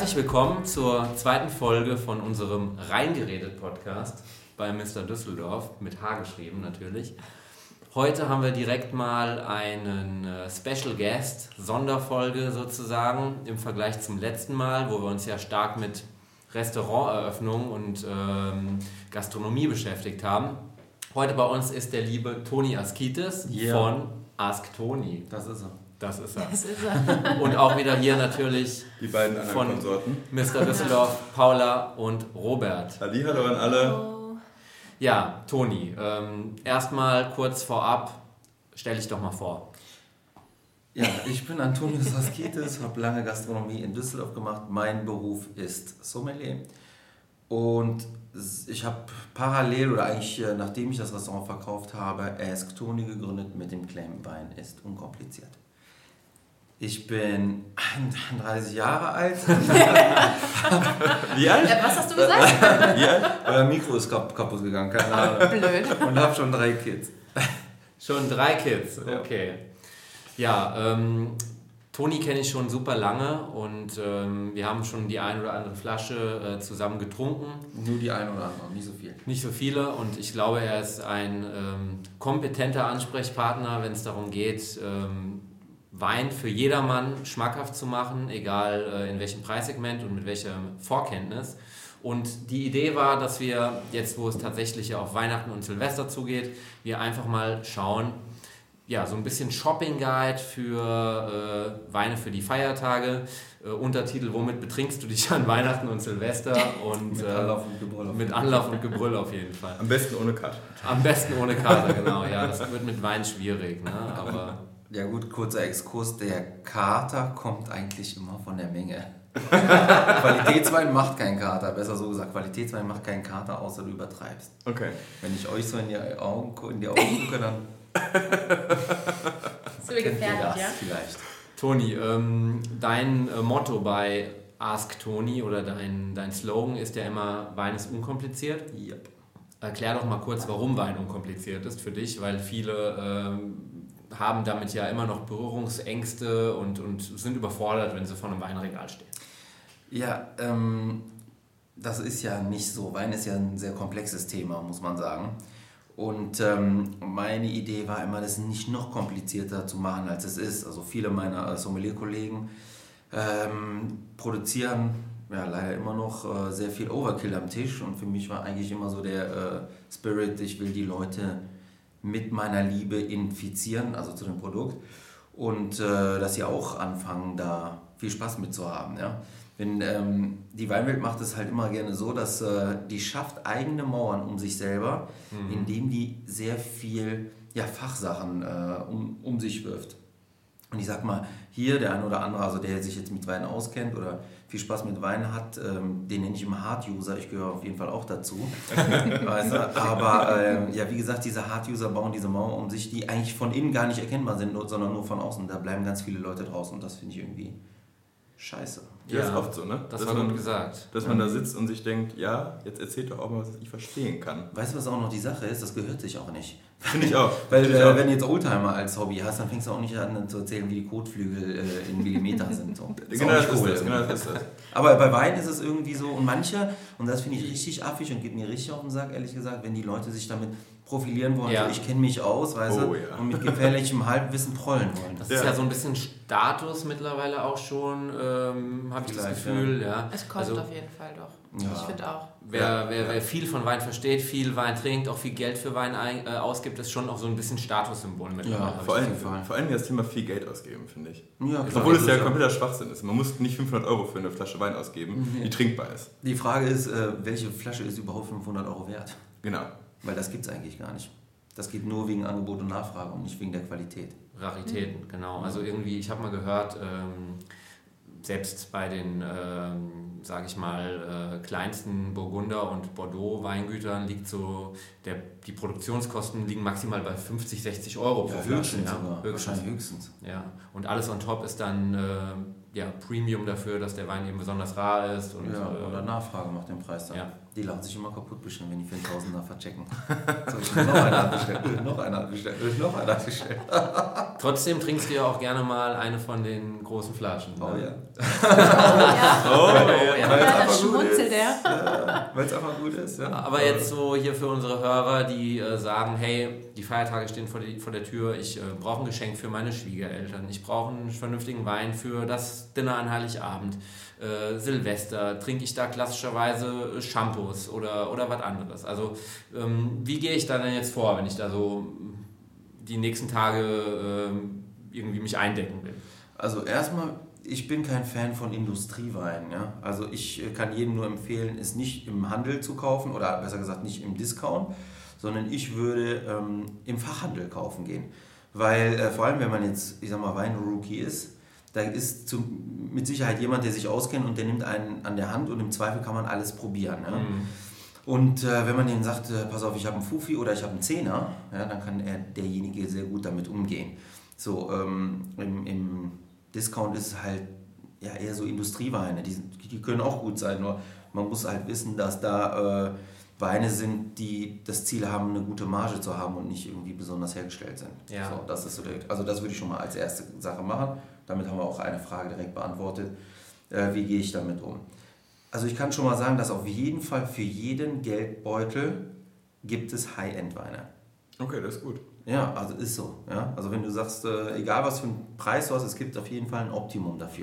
Herzlich willkommen zur zweiten Folge von unserem Reingeredet-Podcast bei Mr. Düsseldorf, mit H geschrieben natürlich. Heute haben wir direkt mal einen Special Guest, Sonderfolge sozusagen, im Vergleich zum letzten Mal, wo wir uns ja stark mit Restauranteröffnung und Gastronomie beschäftigt haben. Heute bei uns ist der liebe Toni Askitis von Ask Toni. Das ist er. Das ist er. Und auch wieder hier natürlich die beiden anderen von Konsorten. Mr. Düsseldorf, Paula und Robert. Hallihallo an alle. Ja, Toni, erstmal kurz vorab, stell dich doch mal vor. Ja, ich bin Antonius Askitis, habe lange Gastronomie in Düsseldorf gemacht. Mein Beruf ist Sommelier. Und ich habe parallel, oder eigentlich nachdem ich das Restaurant verkauft habe, Ask Toni gegründet mit dem Claim Wein ist unkompliziert. Ich bin 31 Jahre alt. Wie alt? Was hast du gesagt? Wie alt? Euer Mikro ist kaputt gegangen, keine Ahnung. Blöd. Und habe schon 3 Kids. Schon 3 Kids, okay. Ja, Toni kenne ich schon super lange und wir haben schon die ein oder andere Flasche zusammen getrunken. Nur die eine oder andere, nicht so viel. Nicht so viele, und ich glaube, er ist ein kompetenter Ansprechpartner, wenn es darum geht, Wein für jedermann schmackhaft zu machen, egal in welchem Preissegment und mit welcher Vorkenntnis. Und die Idee war, dass wir jetzt, wo es tatsächlich auf Weihnachten und Silvester zugeht, wir einfach mal schauen, ja, so ein bisschen Shopping Guide für Weine für die Feiertage, Untertitel, womit betrinkst du dich an Weihnachten und Silvester, und mit Anlauf und Gebrüll. Mit Anlauf und Gebrüll auf jeden Fall. Am besten ohne Kater. Am besten ohne Kater, genau. Ja, das wird mit Wein schwierig, ne? Aber ja gut, kurzer Exkurs, der Kater kommt eigentlich immer von der Menge. Qualitätswein macht keinen Kater, besser so gesagt, Qualitätswein macht keinen Kater, außer du übertreibst. Okay. Wenn ich euch so in die Augen gucke, dann So wie gefährlich, das ja? vielleicht. Toni, dein Motto bei Ask Toni oder dein Slogan ist ja immer, Wein ist unkompliziert. Yep. Erklär doch mal kurz, warum Wein unkompliziert ist für dich, weil viele haben damit ja immer noch Berührungsängste und sind überfordert, wenn sie vor einem Weinregal stehen. Ja, das ist ja nicht so. Wein ist ja ein sehr komplexes Thema, muss man sagen. Und meine Idee war immer, das nicht noch komplizierter zu machen, als es ist. Also viele meiner Sommelier-Kollegen produzieren ja leider immer noch sehr viel Overkill am Tisch. Und für mich war eigentlich immer so der Spirit, ich will die Leute mit meiner Liebe infizieren, also zu dem Produkt. Und dass sie auch anfangen, da viel Spaß mit zu haben. Ja? Denn die Weinwelt macht es halt immer gerne so, dass die schafft eigene Mauern um sich selber, indem die sehr viel Fachsachen um sich wirft. Und ich sag mal, hier der ein oder andere, also der sich jetzt mit Wein auskennt oder viel Spaß mit Wein hat, den nenne ich immer Hard-User, ich gehöre auf jeden Fall auch dazu. Weißt du? Aber wie gesagt, diese Hard-User bauen diese Mauer um sich, die eigentlich von innen gar nicht erkennbar sind, sondern nur von außen. Da bleiben ganz viele Leute draußen und das finde ich irgendwie scheiße. Ja, ist oft so, ne? Das war gut gesagt. Dass man da sitzt und sich denkt, ja, jetzt erzählt doch auch mal, was ich verstehen kann. Weißt du, was auch noch die Sache ist? Das gehört sich auch nicht. Finde ich auch. Weil wenn du jetzt Oldtimer als Hobby hast, dann fängst du auch nicht an zu erzählen, wie die Kotflügel in Millimeter sind. So. Genau, das ist das. Aber bei Wein ist es irgendwie so, und manche, und das finde ich richtig affig und geht mir richtig auf den Sack, ehrlich gesagt, wenn die Leute sich damit profilieren wollen, Ja. so, ich kenne mich aus, weißt du, und mit gefährlichem Halbwissen prollen wollen. Das ist ja so ein bisschen Status mittlerweile auch schon, habe ich das Gefühl. Ja. Es kostet auf jeden Fall doch. Ja. Ich finde auch. Wer viel von Wein versteht, viel Wein trinkt, auch viel Geld für Wein ausgibt, ist schon auch so ein bisschen Statussymbol mittlerweile. Vor allem das Thema viel Geld ausgeben, finde ich. Ja, klar. Obwohl es ja kompletter Schwachsinn ist. Man muss nicht 500 € für eine Flasche Wein ausgeben, die trinkbar ist. Die Frage ist, welche Flasche ist überhaupt 500 € wert? Genau. Weil das gibt es eigentlich gar nicht. Das geht nur wegen Angebot und Nachfrage und nicht wegen der Qualität. Raritäten, genau. Also irgendwie, ich habe mal gehört, selbst bei den sage ich mal, kleinsten Burgunder- und Bordeaux-Weingütern liegt so, die Produktionskosten liegen maximal bei 50, 60 Euro pro Flasche. Wahrscheinlich höchstens. Ja. Und alles on top ist dann Premium dafür, dass der Wein eben besonders rar ist. Und, oder Nachfrage macht den Preis dann. Ja. Die lachen sich immer kaputt bestimmt, wenn die für einen Tausender verchecken. So, ich will noch einer bestellen, noch einer bestellen. Trotzdem trinkst du ja auch gerne mal eine von den großen Flaschen. Oh ne? ja. Da schmunzelt er. Weil es einfach gut ist. Ja. Aber jetzt so hier für unsere Hörer, die sagen, hey, die Feiertage stehen vor der Tür, ich brauche ein Geschenk für meine Schwiegereltern, ich brauche einen vernünftigen Wein für das Dinner an Heiligabend, Silvester, trinke ich da klassischerweise Shampoos oder was anderes. Also wie gehe ich da denn jetzt vor, wenn ich da so die nächsten Tage irgendwie mich eindecken will? Also erstmal, ich bin kein Fan von Industriewein. Ja? Also ich kann jedem nur empfehlen, es nicht im Handel zu kaufen oder besser gesagt nicht im Discount, sondern ich würde im Fachhandel kaufen gehen. Weil vor allem, wenn man jetzt, ich sag mal, Wein-Rookie ist, da ist mit Sicherheit jemand, der sich auskennt und der nimmt einen an der Hand und im Zweifel kann man alles probieren. Ja? Und wenn man denen sagt, pass auf, ich habe einen Fufi oder ich habe einen Zehner, ja, dann kann derjenige sehr gut damit umgehen. So, im Discount ist es halt ja, eher so Industrieweine, die können auch gut sein, nur man muss halt wissen, dass da Weine sind, die das Ziel haben, eine gute Marge zu haben und nicht irgendwie besonders hergestellt sind. Ja. So, das ist so also das würde ich schon mal als erste Sache machen. Damit haben wir auch eine Frage direkt beantwortet. Wie gehe ich damit um? Also ich kann schon mal sagen, dass auf jeden Fall für jeden Geldbeutel gibt es High-End-Weine. Okay, das ist gut. Ja, also ist so. Ja? Also wenn du sagst, egal was für einen Preis du hast, es gibt auf jeden Fall ein Optimum dafür.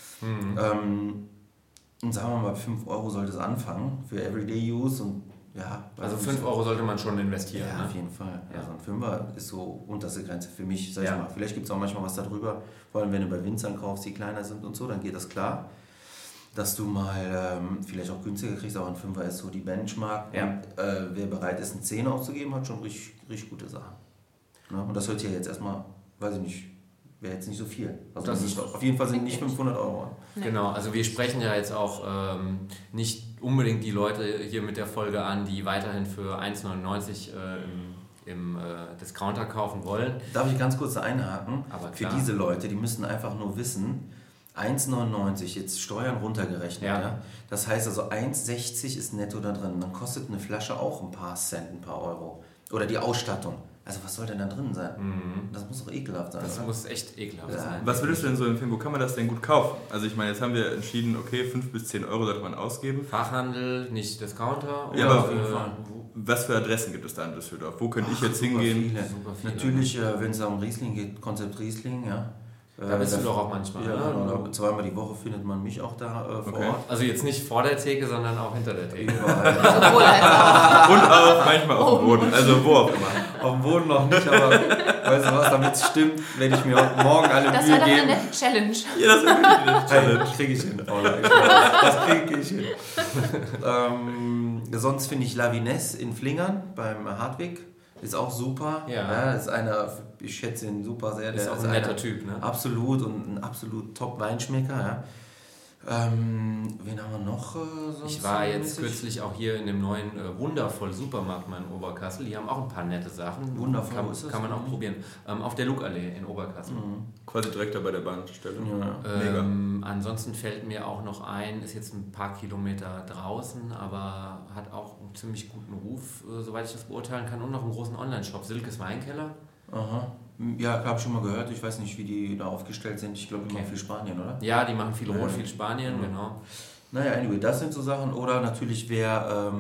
Und sagen wir mal, 5 Euro sollte es anfangen für Everyday Use. Und, ja, also 5 Euro sollte man schon investieren. Ja, ne? auf jeden Fall. Ja. Also ein Fünfer ist so unterste Grenze für mich. Sag ich Ja. mal. Vielleicht gibt es auch manchmal was darüber. Vor allem wenn du bei Winzern kaufst, die kleiner sind und so, dann geht das klar. Dass du mal vielleicht auch günstiger kriegst, aber ein Fünfer ist so die Benchmark. Ja. Und wer bereit ist, einen Zehner auszugeben, hat schon richtig gute Sachen. Ne? Und das hört sich ja jetzt erstmal, weiß ich nicht, wäre jetzt nicht so viel. Also Das nicht, auf jeden Fall sind nicht 500 Euro. Nee. Genau, also wir sprechen ja jetzt auch nicht unbedingt die Leute hier mit der Folge an, die weiterhin für 1,99 im Discounter kaufen wollen. Darf ich ganz kurz da einhaken? Aber für klar. diese Leute, die müssen einfach nur wissen, 1,99, jetzt Steuern runtergerechnet. Ja. Ja? Das heißt also 1,60 ist netto da drin. Dann kostet eine Flasche auch ein paar Cent, ein paar Euro. Oder die Ausstattung. Also was soll denn da drin sein? Das muss doch ekelhaft sein. Das oder? muss echt ekelhaft Ja. sein. Was würdest du denn so empfehlen? Wo kann man das denn gut kaufen? Also ich meine, jetzt haben wir entschieden, okay, 5 bis 10 Euro sollte man ausgeben. Fachhandel, nicht Discounter? Ja, oder, aber auf jeden Fall. Was für Adressen gibt es da in Düsseldorf? Wo könnte ich jetzt Super hingehen? Viele. Super viele. Natürlich, wenn es um Riesling geht, Konzept Riesling, ja. Da bist du doch auch manchmal, Ja, ne? genau, zweimal die Woche findet man mich auch da vor Okay. Ort. Also jetzt nicht vor der Theke, sondern auch hinter der Theke. Überall. Sowohl als auch. Und auch manchmal auf dem Boden, also wo auch immer. Auf dem Boden noch nicht, aber weißt du was, damit es stimmt, werde ich mir morgen alle Das Mühe wäre doch eine geben. nette Challenge. Ja, das ist wirklich eine Challenge. Hey, kriege ich hin, Paula. Ich weiß, das kriege ich hin. Sonst finde ich La Vinesse in Flingern beim Hartwig. Ist auch super. Ja. Ist einer, ich schätze ihn super sehr. Ist Der auch ein netter einer- Typ, ne? Absolut und ein absolut Top-Weinschmecker. Ja. Wen haben wir noch? Sonst Ich war jetzt mäßig? kürzlich auch hier in dem neuen Wundervoll Supermarkt mal in Oberkassel. Die haben auch ein paar nette Sachen. Wundervoll, Kann, wo ist das? kann man auch probieren. Auf der Lugallee in Oberkassel. Quasi direkt da bei der Bahnstelle. Ja. Mega. Ansonsten fällt mir auch noch ein, ist jetzt ein paar Kilometer draußen, aber hat auch einen ziemlich guten Ruf, soweit ich das beurteilen kann. Und noch einen großen Online-Shop, Silkes Weinkeller. Aha. Ja, habe ich schon mal gehört. Ich weiß nicht, wie die da aufgestellt sind. Ich glaube, die machen viel Spanien, oder? Ja, die machen viel Ja. Rot, viel Spanien, Ja. genau. Naja, anyway, das sind so Sachen. Oder natürlich wer,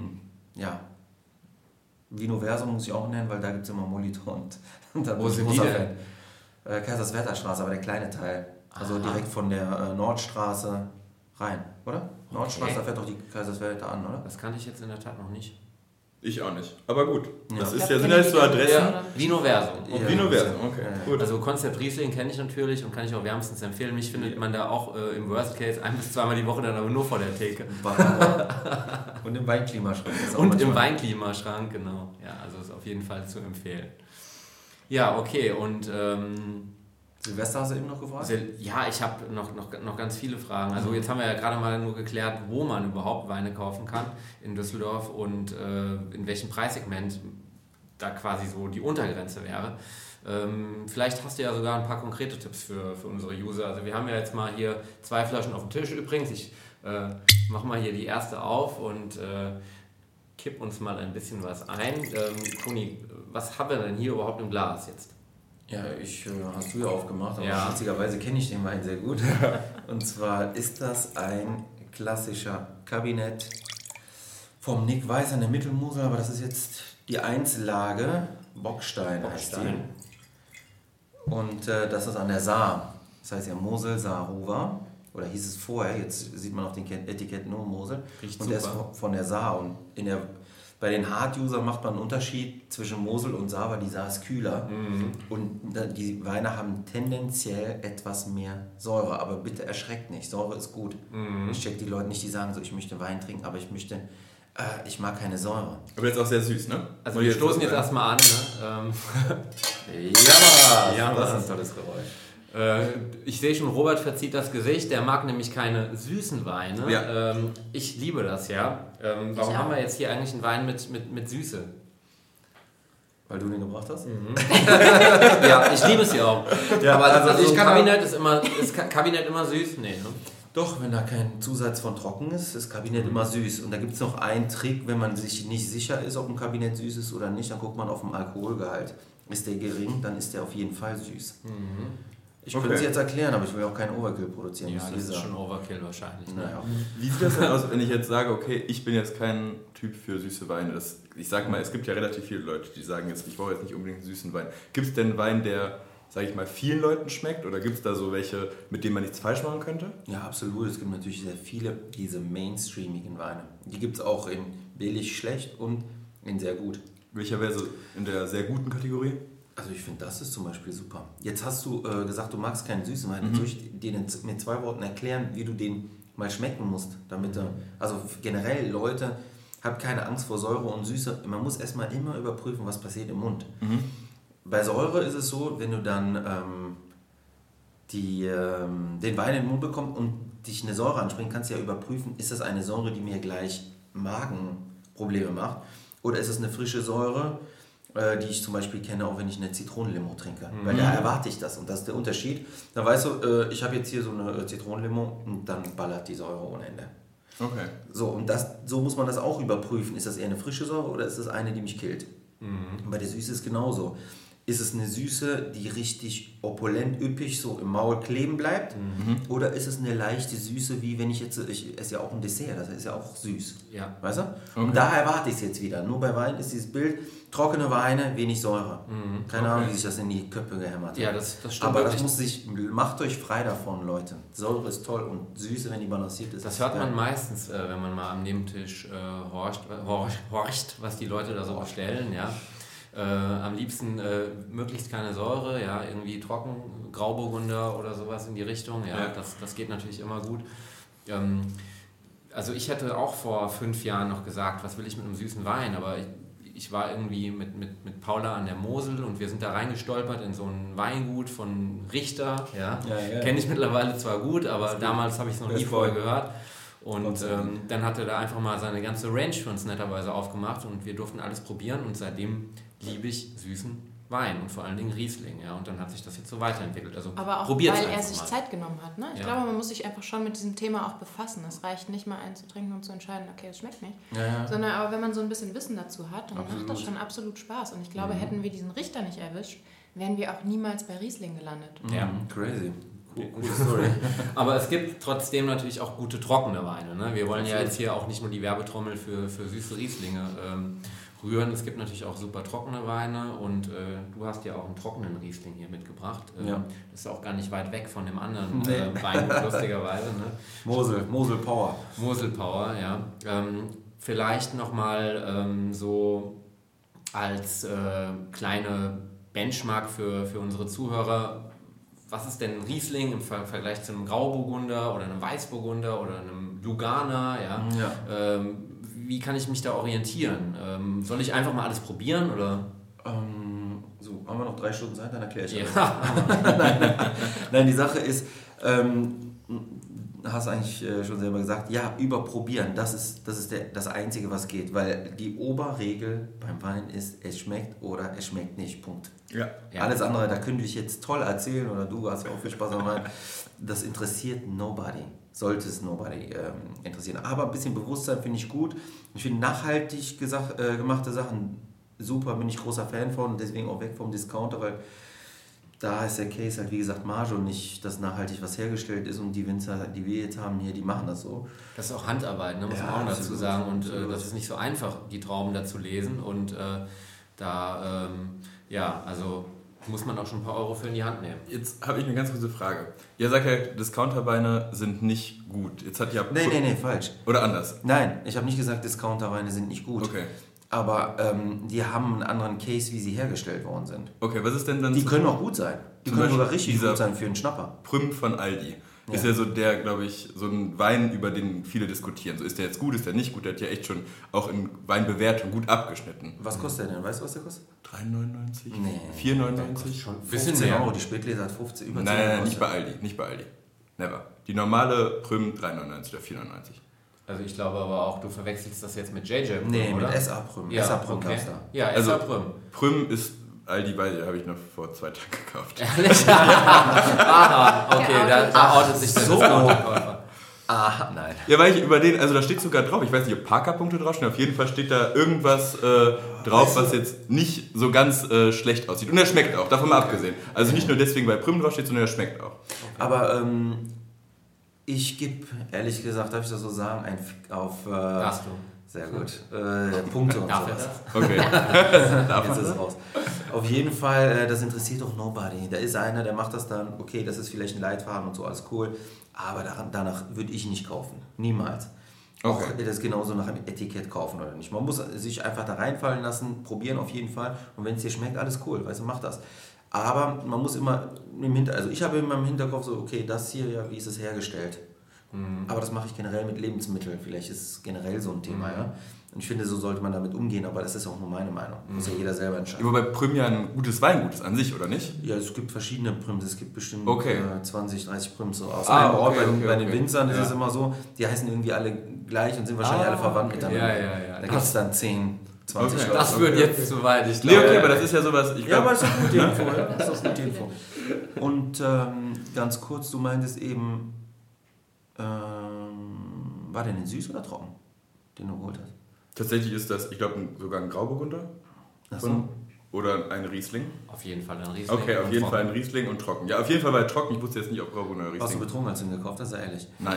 Vino Verso muss ich auch nennen, weil da gibt es immer Molitor und da Wo bin ich sind großer die Fan. Kaiserswerther-Straße, aber der kleine Teil. Also Aha. direkt von der Nordstraße rein, oder? Nordstraße, da fährt doch die Kaiserswerther an, oder? Das kannte ich jetzt in der Tat noch nicht. Ich auch nicht. Aber gut. Ja. Das Ich ist glaub, ja, sind kenne ja jetzt so die Adressen. oder? Vino Verso. Ja. Vino Verso, okay. Ja. Gut. Also Konzept Riesling kenne ich natürlich und kann ich auch wärmstens empfehlen. Mich findet man da auch im Worst Case 1 bis 2 Mal die Woche dann aber nur vor der Theke. Und im Weinklimaschrank. ist auch Und manchmal- im Weinklimaschrank, genau. Ja, also ist auf jeden Fall zu empfehlen. Ja, okay, und Silvester hast du eben noch gefragt? Ja, ich habe noch ganz viele Fragen. Also jetzt haben wir ja gerade mal nur geklärt, wo man überhaupt Weine kaufen kann in Düsseldorf und in welchem Preissegment da quasi so die Untergrenze wäre. Vielleicht hast du ja sogar ein paar konkrete Tipps für unsere User. Also wir haben ja jetzt mal hier 2 Flaschen auf dem Tisch übrigens. Ich mache mal hier die erste auf und kipp uns mal ein bisschen was ein. Toni, was haben wir denn hier überhaupt im Glas jetzt? Ja, hast du ja aufgemacht, aber witzigerweise kenne ich den Wein sehr gut. Und zwar ist das ein klassischer Kabinett vom Nick Weiß an der Mittelmosel, aber das ist jetzt die 1-Lage Bockstein heißt die. Und das ist an der Saar. Das heißt ja Mosel, Saar, Ruwer. Oder hieß es vorher, jetzt sieht man auf den Etiketten nur Mosel. Riecht und super. der ist von der Saar. Und bei den Hard-Usern macht man einen Unterschied zwischen Mosel und Saar, weil die Saar ist kühler. Und die Weine haben tendenziell etwas mehr Säure. Aber bitte erschreckt nicht, Säure ist gut. Ich check die Leute nicht, die sagen so, ich möchte Wein trinken, aber ich mag keine Säure. Aber jetzt auch sehr süß, ne? Also wir stoßen jetzt erstmal an. Ne? Ja, das ist ein tolles Geräusch. Ich sehe schon, Robert verzieht das Gesicht, der mag nämlich keine süßen Weine. Ja. Ich liebe das ja. Warum haben wir jetzt hier eigentlich einen Wein mit Süße? Weil du den gebracht hast? Ja, ich liebe es ja auch. Ja, aber also so Kabinett ist Kabinett immer süß? Nee, ne? Doch, wenn da kein Zusatz von trocken ist Kabinett immer süß. Und da gibt es noch einen Trick, wenn man sich nicht sicher ist, ob ein Kabinett süß ist oder nicht, dann guckt man auf den Alkoholgehalt. Ist der gering, dann ist der auf jeden Fall süß. Ich könnte es jetzt erklären, aber ich will auch keinen Overkill produzieren. Ja, das ist schon Overkill wahrscheinlich. Ne? Naja. Wie sieht das denn aus, wenn ich jetzt sage, okay, ich bin jetzt kein Typ für süße Weine? Ich sag mal, es gibt ja relativ viele Leute, die sagen jetzt, ich brauche jetzt nicht unbedingt einen süßen Wein. Gibt es denn einen Wein, der, sage ich mal, vielen Leuten schmeckt? Oder gibt es da so welche, mit denen man nichts falsch machen könnte? Ja, absolut. Es gibt natürlich sehr viele diese mainstreamigen Weine. Die gibt es auch in billig, schlecht und in sehr gut. Welcher wäre so in der sehr guten Kategorie? Also ich finde, das ist zum Beispiel super. Jetzt hast du gesagt, du magst keinen süßen Wein. Soll ich dir mit 2 Worten erklären, wie du den mal schmecken musst? Also generell, Leute, habt keine Angst vor Säure und Süße. Man muss erstmal immer überprüfen, was passiert im Mund. Bei Säure ist es so, wenn du dann den Wein in den Mund bekommst und dich eine Säure anspringt, kannst du ja überprüfen, ist das eine Säure, die mir gleich Magenprobleme macht? Oder ist es eine frische Säure, die ich zum Beispiel kenne, auch wenn ich eine Zitronenlimo trinke. Weil da erwarte ich das und das ist der Unterschied. Da weißt du, ich habe jetzt hier so eine Zitronenlimo und dann ballert die Säure ohne Ende. Okay. So, und so muss man das auch überprüfen. Ist das eher eine frische Säure oder ist das eine, die mich killt? Und bei der Süße ist es genauso. Ist es eine Süße, die richtig opulent, üppig so im Maul kleben bleibt? Oder ist es eine leichte Süße, wie wenn ich esse ja auch ein Dessert, das ist ja auch süß. Ja. Weißt du? Okay. Und da erwarte ich es jetzt wieder. Nur bei Wein ist dieses Bild, trockene Weine, wenig Säure. Keine Ahnung, wie sich das in die Köpfe gehämmert hat. Ja, das stimmt. Aber das macht euch frei davon, Leute. Säure ist toll und Süße, wenn die balanciert ist. Das hört man meistens, wenn man mal am Nebentisch horcht, was die Leute da so bestellen, ja. Am liebsten möglichst keine Säure, ja, irgendwie trocken, Grauburgunder oder sowas in die Richtung, ja. Das geht natürlich immer gut. Also ich hätte auch vor 5 Jahren noch gesagt, was will ich mit einem süßen Wein, aber ich war irgendwie mit Paula an der Mosel und wir sind da reingestolpert in so ein Weingut von Richter, ja. Kenne ich mittlerweile zwar gut, aber damals habe ich es noch nie vorher gehört. Und dann hat er da einfach mal seine ganze Range für uns netterweise aufgemacht und wir durften alles probieren und seitdem liebe ich süßen Wein und vor allen Dingen Riesling. Ja, und dann hat sich das jetzt so weiterentwickelt. Also aber auch, weil er sich Zeit genommen hat. Ne? Ich glaube, man muss sich einfach schon mit diesem Thema auch befassen. Es reicht nicht mal einzutrinken und zu entscheiden, okay, es schmeckt nicht. Sondern aber wenn man so ein bisschen Wissen dazu hat, dann macht das schon absolut Spaß. Und ich glaube, hätten wir diesen Richter nicht erwischt, wären wir auch niemals bei Riesling gelandet. Ja, crazy. Coole Story. Aber es gibt trotzdem natürlich auch gute trockene Weine. Ne? Wir wollen ja jetzt hier auch nicht nur die Werbetrommel für süße Rieslinge rühren. Es gibt natürlich auch super trockene Weine und du hast ja auch einen trockenen Riesling hier mitgebracht. Das ist auch gar nicht weit weg von dem anderen Wein, lustigerweise. Ne? Mosel Power. Mosel Power, ja. Vielleicht nochmal so als kleine Benchmark für unsere Zuhörer. Was ist denn ein Riesling im Vergleich zu einem Grauburgunder oder einem Weißburgunder oder einem Lugana? Ja? Wie kann ich mich da orientieren? Soll ich einfach mal alles probieren? Oder? haben wir noch 3 Stunden Zeit, dann erkläre ich das. Ja. Nein, die Sache ist, hast eigentlich schon selber gesagt, ja, überprobieren, das ist das Einzige, was geht, weil die Oberregel beim Wein ist, es schmeckt oder es schmeckt nicht, Punkt. Ja. Alles andere, da könnte ich jetzt toll erzählen oder du hast ja auch viel Spaß am Wein, das interessiert nobody, sollte es nobody interessieren, aber ein bisschen Bewusstsein finde ich gut, ich finde nachhaltig gemachte Sachen super, bin ich großer Fan von und deswegen auch weg vom Discounter, weil da ist der Case halt, wie gesagt, Marge und nicht, dass nachhaltig was hergestellt ist und die Winzer, die wir jetzt haben hier, die machen das so. Das ist auch Handarbeit, ne, muss man auch dazu sagen. Und das ist nicht so einfach, die Trauben da zu lesen. Und also muss man auch schon ein paar Euro für in die Hand nehmen. Jetzt habe ich eine ganz kurze Frage. Ihr sagt ja, Discounterweine sind nicht gut. Jetzt hat ja Nee, falsch. Oder anders? Nein, ich habe nicht gesagt, Discounterweine sind nicht gut. Okay. Aber die haben einen anderen Case, wie sie hergestellt worden sind. Okay, was ist denn dann... Die können auch gut sein. Die können sogar richtig gut sein für einen Schnapper. Prüm von Aldi. Ist ja so der, glaube ich, so ein Wein, über den viele diskutieren. So, ist der jetzt gut, ist der nicht gut? Der hat ja echt schon auch in Weinbewertung gut abgeschnitten. Was kostet der denn? Weißt du, was der kostet? 3,99? Nee. 4,99? Schon 15 Euro. Die Spätlese hat 15, über 10 Euro. Nein, nicht bei Aldi. Never. Die normale Prüm 3,99 oder 4,99. Also ich glaube aber auch, du verwechselst das jetzt mit JJ Prüm, nee, oder? mit SA Prüm. Ja, SA Prüm okay. gab's da. Ja, also, SA Prüm. Prüm ist Aldi, weil habe ich noch vor 2 Tagen gekauft. Ehrlich? Aha, okay, da outet sich der Discounterkäufer. Aha, nein. Ja, weil ich über den, also da steht sogar drauf, ich weiß nicht, ob Parker-Punkte draufstehen, auf jeden Fall steht da irgendwas drauf, was jetzt nicht so ganz schlecht aussieht. Und er schmeckt auch, davon mal abgesehen. Also nicht nur deswegen, weil Prüm draufsteht, sondern er schmeckt auch. Aber ich gebe, ehrlich gesagt, darf ich das so sagen, ein Fick auf... Darfst du. Sehr gut. Punkte und Darf sowas. Okay. Jetzt ist es raus. Auf jeden Fall, das interessiert doch nobody. Da ist einer, der macht das dann, okay, das ist vielleicht ein Leitfaden und so, alles cool, aber danach würde ich nicht kaufen. Niemals. Auch das genauso nach einem Etikett kaufen oder nicht. Man muss sich einfach da reinfallen lassen, probieren auf jeden Fall. Und wenn es dir schmeckt, alles cool, weißt du, mach das. Aber man muss immer also ich habe immer im Hinterkopf so, okay, das hier, ja, wie ist es hergestellt? Aber das mache ich generell mit Lebensmitteln. Vielleicht ist es generell so ein Thema, ja. Und ich finde, so sollte man damit umgehen, aber das ist auch nur meine Meinung. Muss ja jeder selber entscheiden. Aber bei Prüm ja ein gutes Weingut ist an sich, oder nicht? Ja, es gibt verschiedene Prüms. Es gibt bestimmt 20, 30 Prüms. So aus einem Ort. Bei den Winzern ist es immer so, die heißen irgendwie alle gleich und sind wahrscheinlich alle verwandt miteinander. Ja. Da gibt es dann 10, 20 Leute. Das wird jetzt zu weit, ich glaube. Nee, okay, aber das ist ja sowas... aber ist doch gute Info. Das ist doch gute Info. Und ganz kurz, du meintest eben... war der denn süß oder trocken, den du geholt hast? Tatsächlich ist das, ich glaube, sogar ein Grauburgunder. Oder ein Riesling. Auf jeden Fall ein Riesling. Okay, auf jeden Fall ein Riesling und trocken. Ja, auf jeden Fall war er trocken. Ich wusste jetzt nicht, ob Grauburgunder oder Riesling. Warst du betrunken, als du ihn gekauft hast, ehrlich? Nein.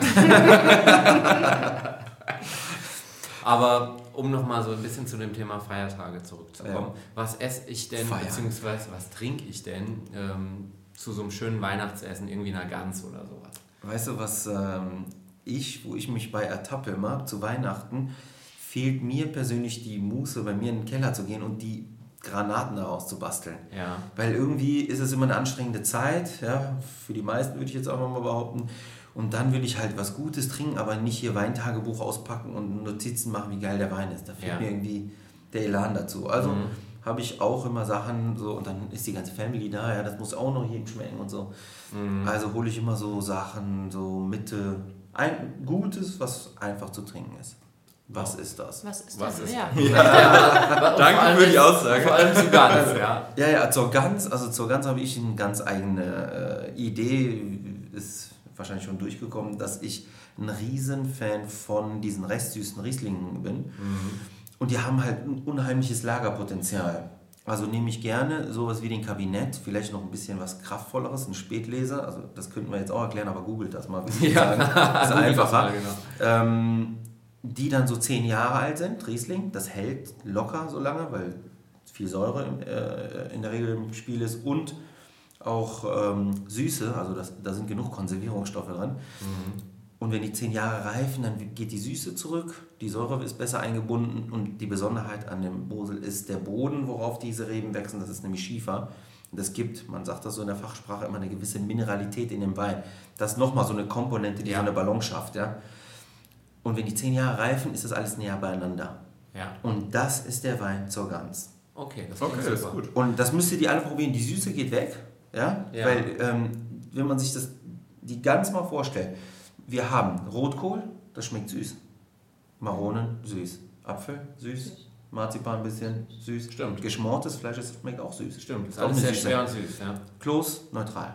Aber um nochmal so ein bisschen zu dem Thema Feiertage zurückzukommen. Was esse ich denn, beziehungsweise was trinke ich denn zu so einem schönen Weihnachtsessen, irgendwie einer Gans oder sowas? Weißt du, was wo ich mich bei ertappe immer, zu Weihnachten, fehlt mir persönlich die Muße, bei mir in den Keller zu gehen und die Granaten daraus zu basteln. Ja. Weil irgendwie ist es immer eine anstrengende Zeit, ja, für die meisten würde ich jetzt auch mal behaupten. Und dann will ich halt was Gutes trinken, aber nicht hier Weintagebuch auspacken und Notizen machen, wie geil der Wein ist. Da fehlt mir irgendwie der Elan dazu. Also habe ich auch immer Sachen so, und dann ist die ganze Family da, ja, das muss auch noch jedem schmecken und so. Also hole ich immer so Sachen, so Mitte, ein Gutes, was einfach zu trinken ist. Was ist das? Was ist das? Ja. Danke für die Aussage. Vor allem zu Gans, ja. Ja, zur Gans habe ich eine ganz eigene Idee, ist wahrscheinlich schon durchgekommen, dass ich ein Riesenfan von diesen restsüßen Rieslingen bin. Und die haben halt ein unheimliches Lagerpotenzial. Also nehme ich gerne sowas wie den Kabinett, vielleicht noch ein bisschen was Kraftvolleres, ein Spätleser, also das könnten wir jetzt auch erklären, aber googelt das mal. Das ist einfacher. Genau. Die dann so 10 Jahre alt sind, Riesling, das hält locker so lange, weil viel Säure in der Regel im Spiel ist und auch Süße, also da sind genug Konservierungsstoffe dran. Und wenn die 10 Jahre reifen, dann geht die Süße zurück, die Säure ist besser eingebunden und die Besonderheit an dem Mosel ist der Boden, worauf diese Reben wachsen, das ist nämlich Schiefer. Und das gibt, man sagt das so in der Fachsprache, immer eine gewisse Mineralität in dem Wein. Das ist nochmal so eine Komponente, die so eine Balance schafft. Ja? Und wenn die 10 Jahre reifen, ist das alles näher beieinander. Ja. Und das ist der Wein zur Gans. Okay, das ist gut. Und das müsst ihr die alle probieren. Die Süße geht weg, ja? Weil wenn man sich die ganz mal vorstellt, wir haben Rotkohl, das schmeckt süß. Maronen, süß. Apfel, süß. Marzipan ein bisschen süß. Stimmt. Geschmortes Fleisch, das schmeckt auch süß. Stimmt, das ist alles sehr schwer und süß. Ja. Kloß, neutral.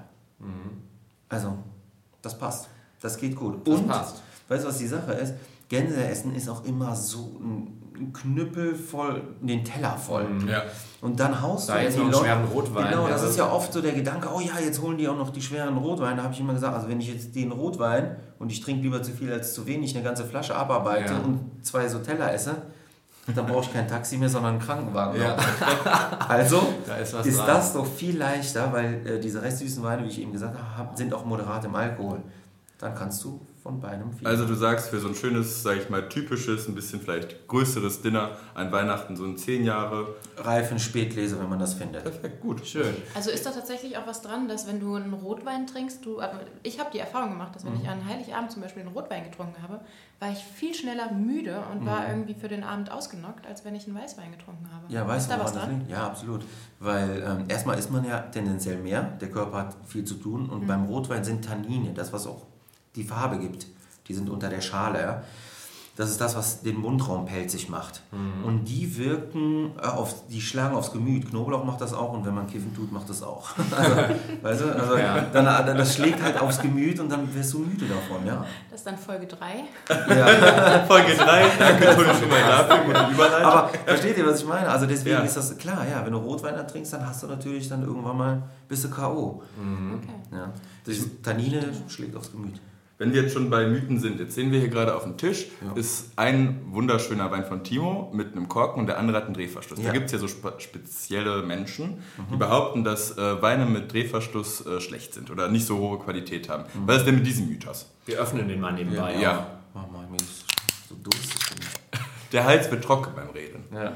Also, das passt. Das geht gut. Das passt. Weißt du, was die Sache ist? Gänse essen ist auch immer so ein Knüppel voll, den Teller voll. Ja. Und dann haust du jetzt noch einen schweren Rotwein. Genau, das ist ja oft so der Gedanke, oh ja, jetzt holen die auch noch die schweren Rotweine. Da habe ich immer gesagt, also wenn ich jetzt den Rotwein, und ich trinke lieber zu viel als zu wenig, eine ganze Flasche abarbeite und 2 so Teller esse, dann brauche ich kein Taxi mehr, sondern einen Krankenwagen. Ja. Also ist das doch viel leichter, weil diese restsüßen Weine, wie ich eben gesagt habe, sind auch moderat im Alkohol. Dann kannst du von beidem viel. Also du sagst, für so ein schönes, sag ich mal, typisches, ein bisschen vielleicht größeres Dinner an Weihnachten, so ein 10 Jahre... Reifen Spätlese, wenn man das findet. Perfekt, gut, schön. Also ist da tatsächlich auch was dran, dass wenn du einen Rotwein trinkst, aber ich habe die Erfahrung gemacht, dass wenn ich an Heiligabend zum Beispiel einen Rotwein getrunken habe, war ich viel schneller müde und war irgendwie für den Abend ausgenockt, als wenn ich einen Weißwein getrunken habe. Ja, weißt du, woran das liegt? Ja, absolut. Weil erstmal isst man ja tendenziell mehr, der Körper hat viel zu tun und beim Rotwein sind Tannine, das was auch die Farbe gibt, die sind unter der Schale, ja. Das ist das, was den Mundraum pelzig macht. Und die wirken, die schlagen aufs Gemüt. Knoblauch macht das auch und wenn man Kiffen tut, macht das auch. Also, weißt du, dann, das schlägt halt aufs Gemüt und dann wirst du müde davon, ja. Das ist dann Folge 3. Ja. Folge 3, danke Toni schon mal dafür. Aber versteht ihr, was ich meine? Also deswegen ist das klar, ja, wenn du Rotwein trinkst, dann hast du natürlich dann irgendwann mal bist du K.O. Okay. Ja. Das Tannine schlägt aufs Gemüt. Wenn wir jetzt schon bei Mythen sind, jetzt sehen wir hier gerade auf dem Tisch, ist ein wunderschöner Wein von Timo mit einem Korken und der andere hat einen Drehverschluss. Da gibt es ja so spezielle Menschen, die behaupten, dass Weine mit Drehverschluss schlecht sind oder nicht so hohe Qualität haben. Was ist denn mit diesem Mythos? Wir öffnen den mal nebenbei. Ja. Oh Mann, mir ist so durstig. Der Hals wird trocken beim Reden. Ja.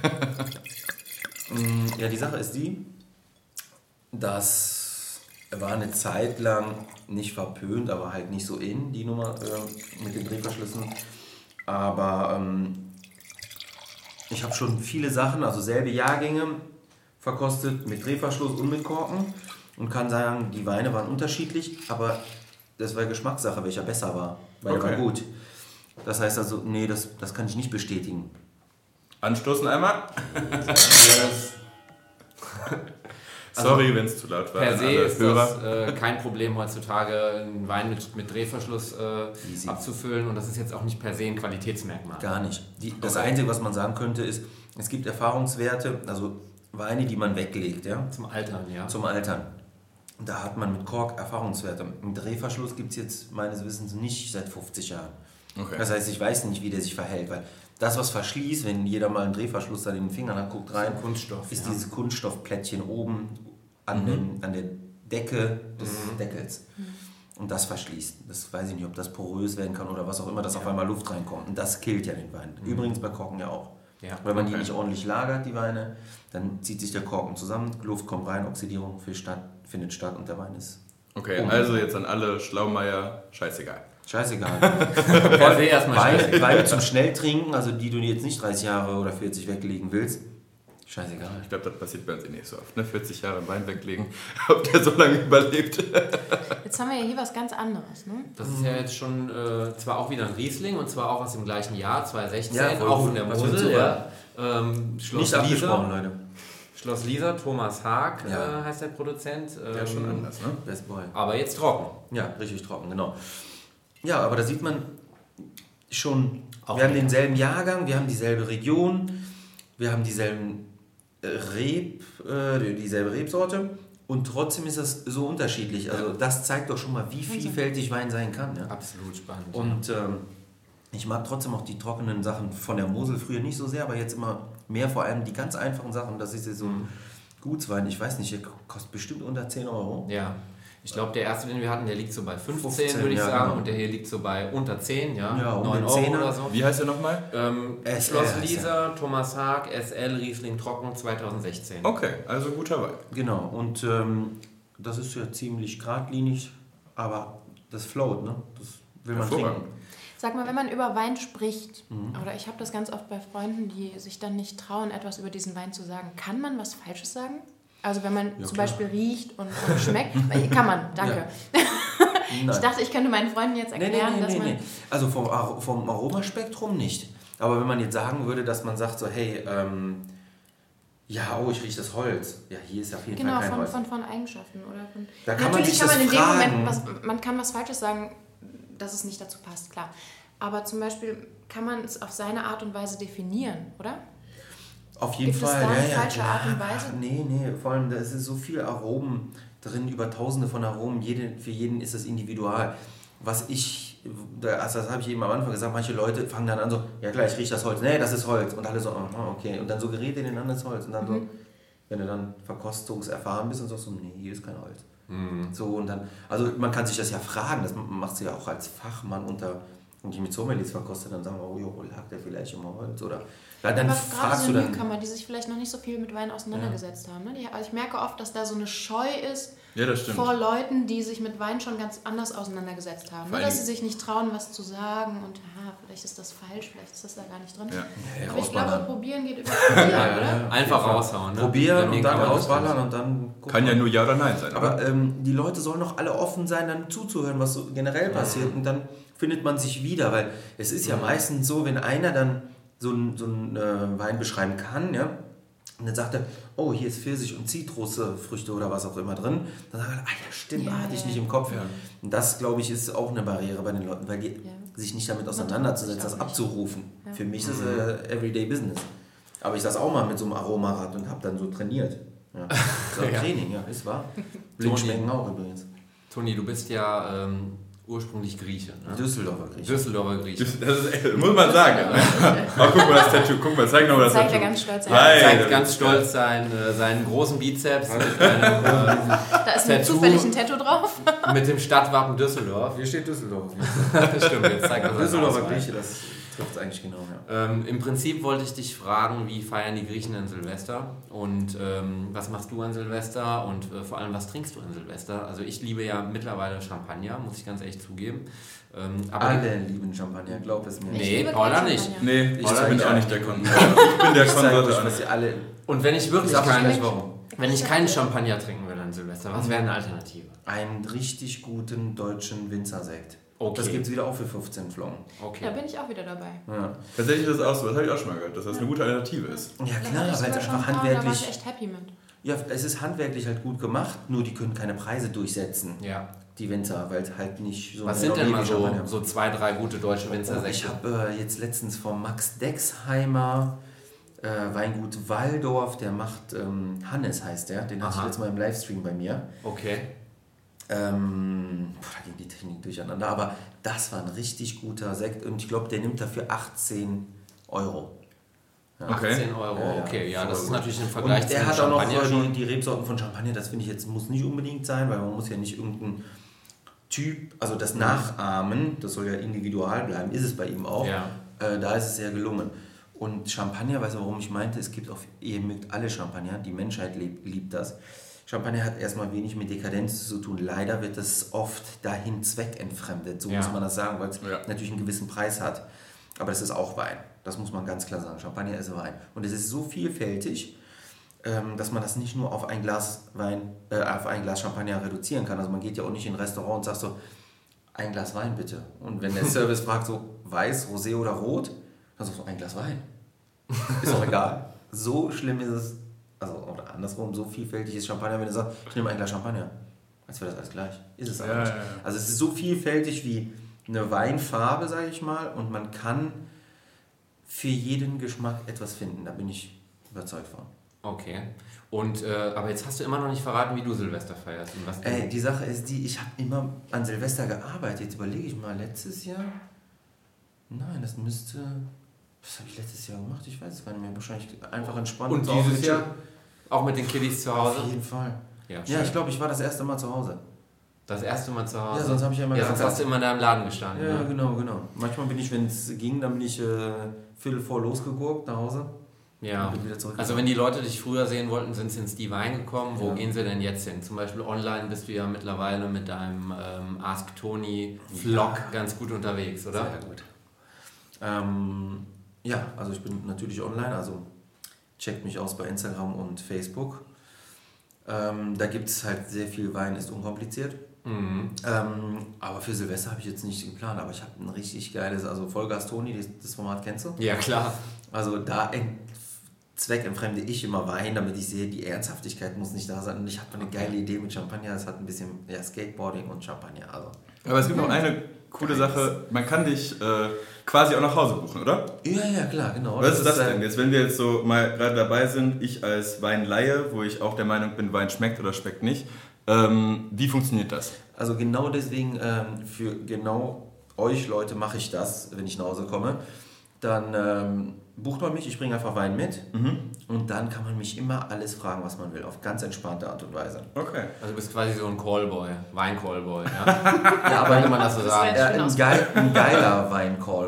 Ja, die Sache ist die, dass war eine Zeit lang nicht verpönt, aber halt nicht so die Nummer mit den Drehverschlüssen. Aber ich habe schon viele Sachen, also selbe Jahrgänge verkostet mit Drehverschluss und mit Korken und kann sagen, die Weine waren unterschiedlich, aber das war Geschmackssache, welcher besser war, weil er war gut. Das heißt also, nee, das kann ich nicht bestätigen. Anstoßen einmal. Sorry, wenn es zu laut war. Per se ist das kein Problem heutzutage, einen Wein mit Drehverschluss abzufüllen und das ist jetzt auch nicht per se ein Qualitätsmerkmal. Gar nicht. Das Einzige, was man sagen könnte, ist, es gibt Erfahrungswerte, also Weine, die man weglegt. Ja? Zum Altern, ja. Zum Altern. Da hat man mit Kork Erfahrungswerte. Einen Drehverschluss gibt es jetzt meines Wissens nicht seit 50 Jahren. Okay. Das heißt, ich weiß nicht, wie der sich verhält, weil das, was verschließt, wenn jeder mal einen Drehverschluss da in den Fingern hat, guckt rein, Kunststoff, ist dieses Kunststoffplättchen oben an der Decke des Deckels. Und das verschließt. Das weiß ich nicht, ob das porös werden kann oder was auch immer, dass auf einmal Luft reinkommt. Und das killt ja den Wein. Übrigens bei Korken ja auch. Ja. Wenn man die nicht ordentlich lagert, die Weine, dann zieht sich der Korken zusammen, Luft kommt rein, Oxidierung findet statt und der Wein ist... Okay, also jetzt an alle Schlaumeier, scheißegal. Scheißegal. Erstmal Weine zum Schnelltrinken, also die du jetzt nicht 30 Jahre oder 40 weglegen willst, scheißegal. Ich glaube, das passiert bei uns nicht so oft, ne? 40 Jahre Wein weglegen, ob der so lange überlebt. Jetzt haben wir ja hier was ganz anderes, ne? Das ist ja jetzt schon zwar auch wieder ein Riesling und zwar auch aus dem gleichen Jahr, 2016, ja, auch von der Mosel. Ja. Schloss nicht abgesprochen, Leute. Schloss Lisa, Thomas Haag heißt der Produzent. Ja, schon anders, ne? Best Boy. Aber jetzt trocken. Ja, richtig trocken, genau. Ja, aber da sieht man schon, auch wir haben denselben Jahrgang, wir haben dieselbe Region, wir haben dieselben dieselbe Rebsorte und trotzdem ist das so unterschiedlich. Also das zeigt doch schon mal, wie vielfältig Wein sein kann. Ja? Absolut spannend. Und ich mag trotzdem auch die trockenen Sachen von der Mosel früher nicht so sehr, aber jetzt immer mehr, vor allem die ganz einfachen Sachen. Das ist jetzt so ein Gutswein, ich weiß nicht, der kostet bestimmt unter 10 €. Ja. Ich glaube, der erste, den wir hatten, der liegt so bei 15 würde ich sagen. Genau. Und der hier liegt so bei unter 10, ja 9 € oder so. Wie heißt der nochmal? Schloss Lisa, Thomas Haag, SL, Riesling Trocken 2016. Okay, also guter Wein. Genau, und das ist ja ziemlich geradlinig, aber das float, ne? Das will man trinken. Sag mal, wenn man über Wein spricht, oder ich habe das ganz oft bei Freunden, die sich dann nicht trauen, etwas über diesen Wein zu sagen, kann man was Falsches sagen? Also wenn man zum Beispiel riecht und schmeckt, kann man, danke. Ja. Ich dachte, ich könnte meinen Freunden jetzt erklären, dass man... Also vom Aromaspektrum nicht. Aber wenn man jetzt sagen würde, dass man sagt so, hey, ich rieche das Holz. Ja, hier ist auf jeden Fall kein Holz. Von Eigenschaften. Oder von, da kann natürlich man sich das fragen. Man kann was Falsches sagen, dass es nicht dazu passt, klar. Aber zum Beispiel kann man es auf seine Art und Weise definieren, oder? Auf jeden Fall. Gibt es da eine falsche Art und Weise? Nee, vor allem da ist so viel Aromen drin, über tausende von Aromen, für jeden ist das individual. Das habe ich eben am Anfang gesagt, manche Leute fangen dann an so, ja klar, ich rieche das Holz, nee, das ist Holz. Und alle so, aha, okay. Und dann so gerät denen an das Holz. Und dann so, wenn du dann verkostungserfahren bist und sagst so, nee, hier ist kein Holz. So, und dann, also man kann sich das ja fragen, das machst du ja auch als Fachmann und ich mit Sommeliers verkostet, dann sagen wir, lag der vielleicht immer Holz oder... Dann aber fragst so du dann... Newcomer, die sich vielleicht noch nicht so viel mit Wein auseinandergesetzt haben. Ne? Also ich merke oft, dass da so eine Scheu ist vor Leuten, die sich mit Wein schon ganz anders auseinandergesetzt haben. Ne? Dass sie sich nicht trauen, was zu sagen und vielleicht ist das falsch, vielleicht ist das da gar nicht drin. Ja. Aber ich glaube, probieren geht über probieren, oder? Einfach raushauen. Ne? Probieren und dann rausballern und dann... Kann ja nur Ja oder Nein sein. Aber die Leute sollen doch alle offen sein, dann zuzuhören, was so generell passiert und dann findet man sich wieder, weil es ist ja meistens so, wenn einer dann so einen Wein beschreiben kann, ja, und dann sagt er, oh, hier ist Pfirsich und Zitrusfrüchte oder was auch immer drin, dann sagt er, ja stimmt, hatte ich nicht im Kopf. Ja. Und das, glaube ich, ist auch eine Barriere bei den Leuten, weil die sich nicht damit auseinanderzusetzen, das abzurufen. Ja. Für mich ist es Everyday Business. Aber ich saß auch mal mit so einem Aromarad und habe dann so trainiert. Ja. Das ist auch Training, ja, ist wahr. Blindschmecken auch übrigens. Toni, du bist ja... ursprünglich Grieche. Ne? Düsseldorfer Grieche. Das ist, muss man sagen. Aber guck mal das Tattoo, zeig nochmal das Tattoo. Zeigt er ganz stolz. Zeigt ganz stolz seinen großen Bizeps. Da ist zufällig ein Tattoo drauf. Mit dem Stadtwappen Düsseldorf. Hier steht Düsseldorf. Stimmt, jetzt zeigt er Düsseldorfer Grieche, das trifft es eigentlich genau. Ja. Im Prinzip wollte ich dich fragen, wie feiern die Griechen an Silvester und was machst du an Silvester und vor allem, was trinkst du an Silvester? Also ich liebe ja mittlerweile Champagner, muss ich ganz ehrlich zugeben. Aber alle lieben Champagner, glaub es mir. Nee, Paula nicht. Nee, ich bin auch nicht der Konservative. Ich bin der Konservative. Und wenn ich wirklich keinen Champagner trinken will an Silvester, was wäre eine Alternative? Einen richtig guten deutschen Winzersekt. Okay. Das gibt es wieder auch für 15 Flocken. Okay. Da bin ich auch wieder dabei. Ja. Tatsächlich ist das auch so, das habe ich auch schon mal gehört, dass das eine gute Alternative ist. Ja klar, weil es einfach handwerklich... Da war ich echt happy mit. Ja, es ist handwerklich halt gut gemacht, nur die können keine Preise durchsetzen. Ja. Die Winzer, weil es halt nicht so... Was sind denn mal so 2, 3 gute deutsche Winzersekte? Ich habe jetzt letztens vom Max Dexheimer Weingut Walldorf, der macht Hannes heißt der, den hatte ich jetzt mal im Livestream bei mir. Okay. Da ging die Technik durcheinander, aber das war ein richtig guter Sekt und ich glaube, der nimmt dafür 18 €. Ja. 18 €, okay, ja, das ist natürlich im Vergleich zu der hat auch noch die Rebsorten von Champagner, das finde ich jetzt, muss nicht unbedingt sein, weil man muss ja nicht irgendein Typ, also das Nachahmen, das soll ja individual bleiben, ist es bei ihm auch, da ist es sehr gelungen. Und Champagner, weißt du, warum ich meinte, ihr mögt alle Champagner, die Menschheit liebt das. Champagner hat erstmal wenig mit Dekadenz zu tun. Leider wird es oft dahin zweckentfremdet, so muss man das sagen, weil es natürlich einen gewissen Preis hat. Aber es ist auch Wein, das muss man ganz klar sagen. Champagner ist Wein. Und es ist so vielfältig, dass man das nicht nur auf ein Glas Champagner reduzieren kann. Also man geht ja auch nicht in ein Restaurant und sagt so, ein Glas Wein bitte. Und wenn der Service fragt so, weiß, Rosé oder Rot, dann sagst du, ein Glas Wein. Ist doch egal. So schlimm ist es. Also, oder andersrum, so vielfältig ist Champagner, wenn du sagst, ich nehme ein Glas Champagner. Als wäre das alles gleich. Ist es aber nicht. Ja. Also es ist so vielfältig wie eine Weinfarbe, sage ich mal, und man kann für jeden Geschmack etwas finden. Da bin ich überzeugt von. Okay. Und, aber jetzt hast du immer noch nicht verraten, wie du Silvester feierst. Und was die Sache ist ich habe immer an Silvester gearbeitet. Jetzt überlege ich mal, letztes Jahr? Nein, das müsste... Was habe ich letztes Jahr gemacht? Ich weiß es gar nicht mehr. Wahrscheinlich einfach entspannt. Und dieses Jahr? Auch mit den Kiddies zu Hause? Auf jeden Fall. Ja, ich glaube, ich war das erste Mal zu Hause. Das erste Mal zu Hause? Ja, sonst habe ich ja immer sonst hast du immer in deinem Laden gestanden. Ja, genau. Manchmal bin ich, wenn es ging, dann bin ich Viertel vor losgegurkt nach Hause. Ja, also wenn die Leute dich früher sehen wollten, sind sie ins Divine gekommen. Wo gehen sie denn jetzt hin? Zum Beispiel online bist du ja mittlerweile mit deinem Ask Tony Vlog ganz gut unterwegs, oder? Sehr gut. Ja, also ich bin natürlich online, also checkt mich aus bei Instagram und Facebook. Da gibt es halt sehr viel Wein, ist unkompliziert. Aber für Silvester habe ich jetzt nicht den Plan, aber ich habe ein richtig geiles, also Vollgas Toni, das Format kennst du? Ja, klar. Also da zweckentfremde ich immer Wein, damit ich sehe, die Ernsthaftigkeit muss nicht da sein. Und ich habe eine geile Idee mit Champagner, das hat ein bisschen Skateboarding und Champagner. Also. Aber es gibt noch eine coole Sache, man kann dich quasi auch nach Hause buchen, oder? Ja, klar, genau. Was ist das denn? Jetzt, wenn wir jetzt so mal gerade dabei sind, ich als Weinleihe, wo ich auch der Meinung bin, Wein schmeckt oder schmeckt nicht, wie funktioniert das? Also genau deswegen, für genau euch Leute mache ich das, wenn ich nach Hause komme. Dann bucht man mich, ich bringe einfach Wein mit und dann kann man mich immer alles fragen, was man will, auf ganz entspannte Art und Weise. Okay. Also du bist quasi so ein Callboy, Wein-Callboy, ja? Ja, aber wenn man das so sagt. Ein geiler Wein-Callboy.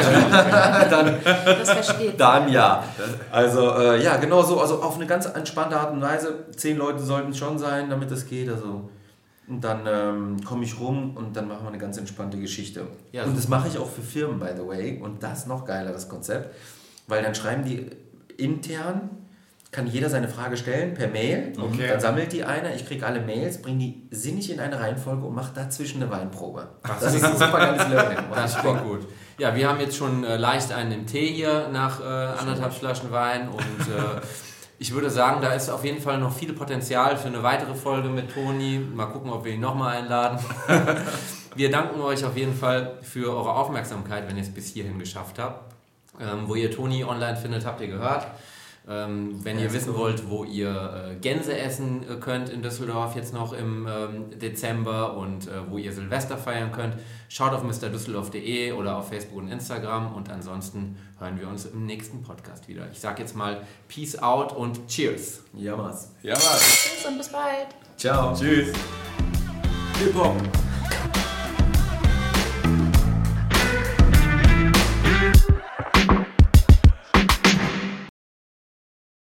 Das versteht. Dann ja. Also ja, genau so, also auf eine ganz entspannte Art und Weise. 10 Leute sollten es schon sein, damit es geht, also... Und dann komme ich rum und dann machen wir eine ganz entspannte Geschichte. Ja, und das mache ich auch für Firmen, by the way. Und das ist noch geiler, das Konzept. Weil dann schreiben die intern, kann jeder seine Frage stellen per Mail. Okay. Dann sammelt die einer, ich kriege alle Mails, bringe die sinnig in eine Reihenfolge und mache dazwischen eine Weinprobe. Das ist ein super geiles Learning. Das klingt gut. Ja, wir haben jetzt schon leicht einen im Tee hier nach 1,5 Flaschen Wein und... Ich würde sagen, da ist auf jeden Fall noch viel Potenzial für eine weitere Folge mit Toni. Mal gucken, ob wir ihn nochmal einladen. Wir danken euch auf jeden Fall für eure Aufmerksamkeit, wenn ihr es bis hierhin geschafft habt. Wo ihr Toni online findet, habt ihr gehört. Wenn ihr wissen wollt, wo ihr Gänse essen könnt in Düsseldorf jetzt noch im Dezember und wo ihr Silvester feiern könnt, schaut auf mrdüsseldorf.de oder auf Facebook und Instagram und ansonsten hören wir uns im nächsten Podcast wieder. Ich sage jetzt mal Peace out und Cheers. Ja, was. Ja, was. Tschüss und bis bald. Ciao. Tschüss. Hip-Hop.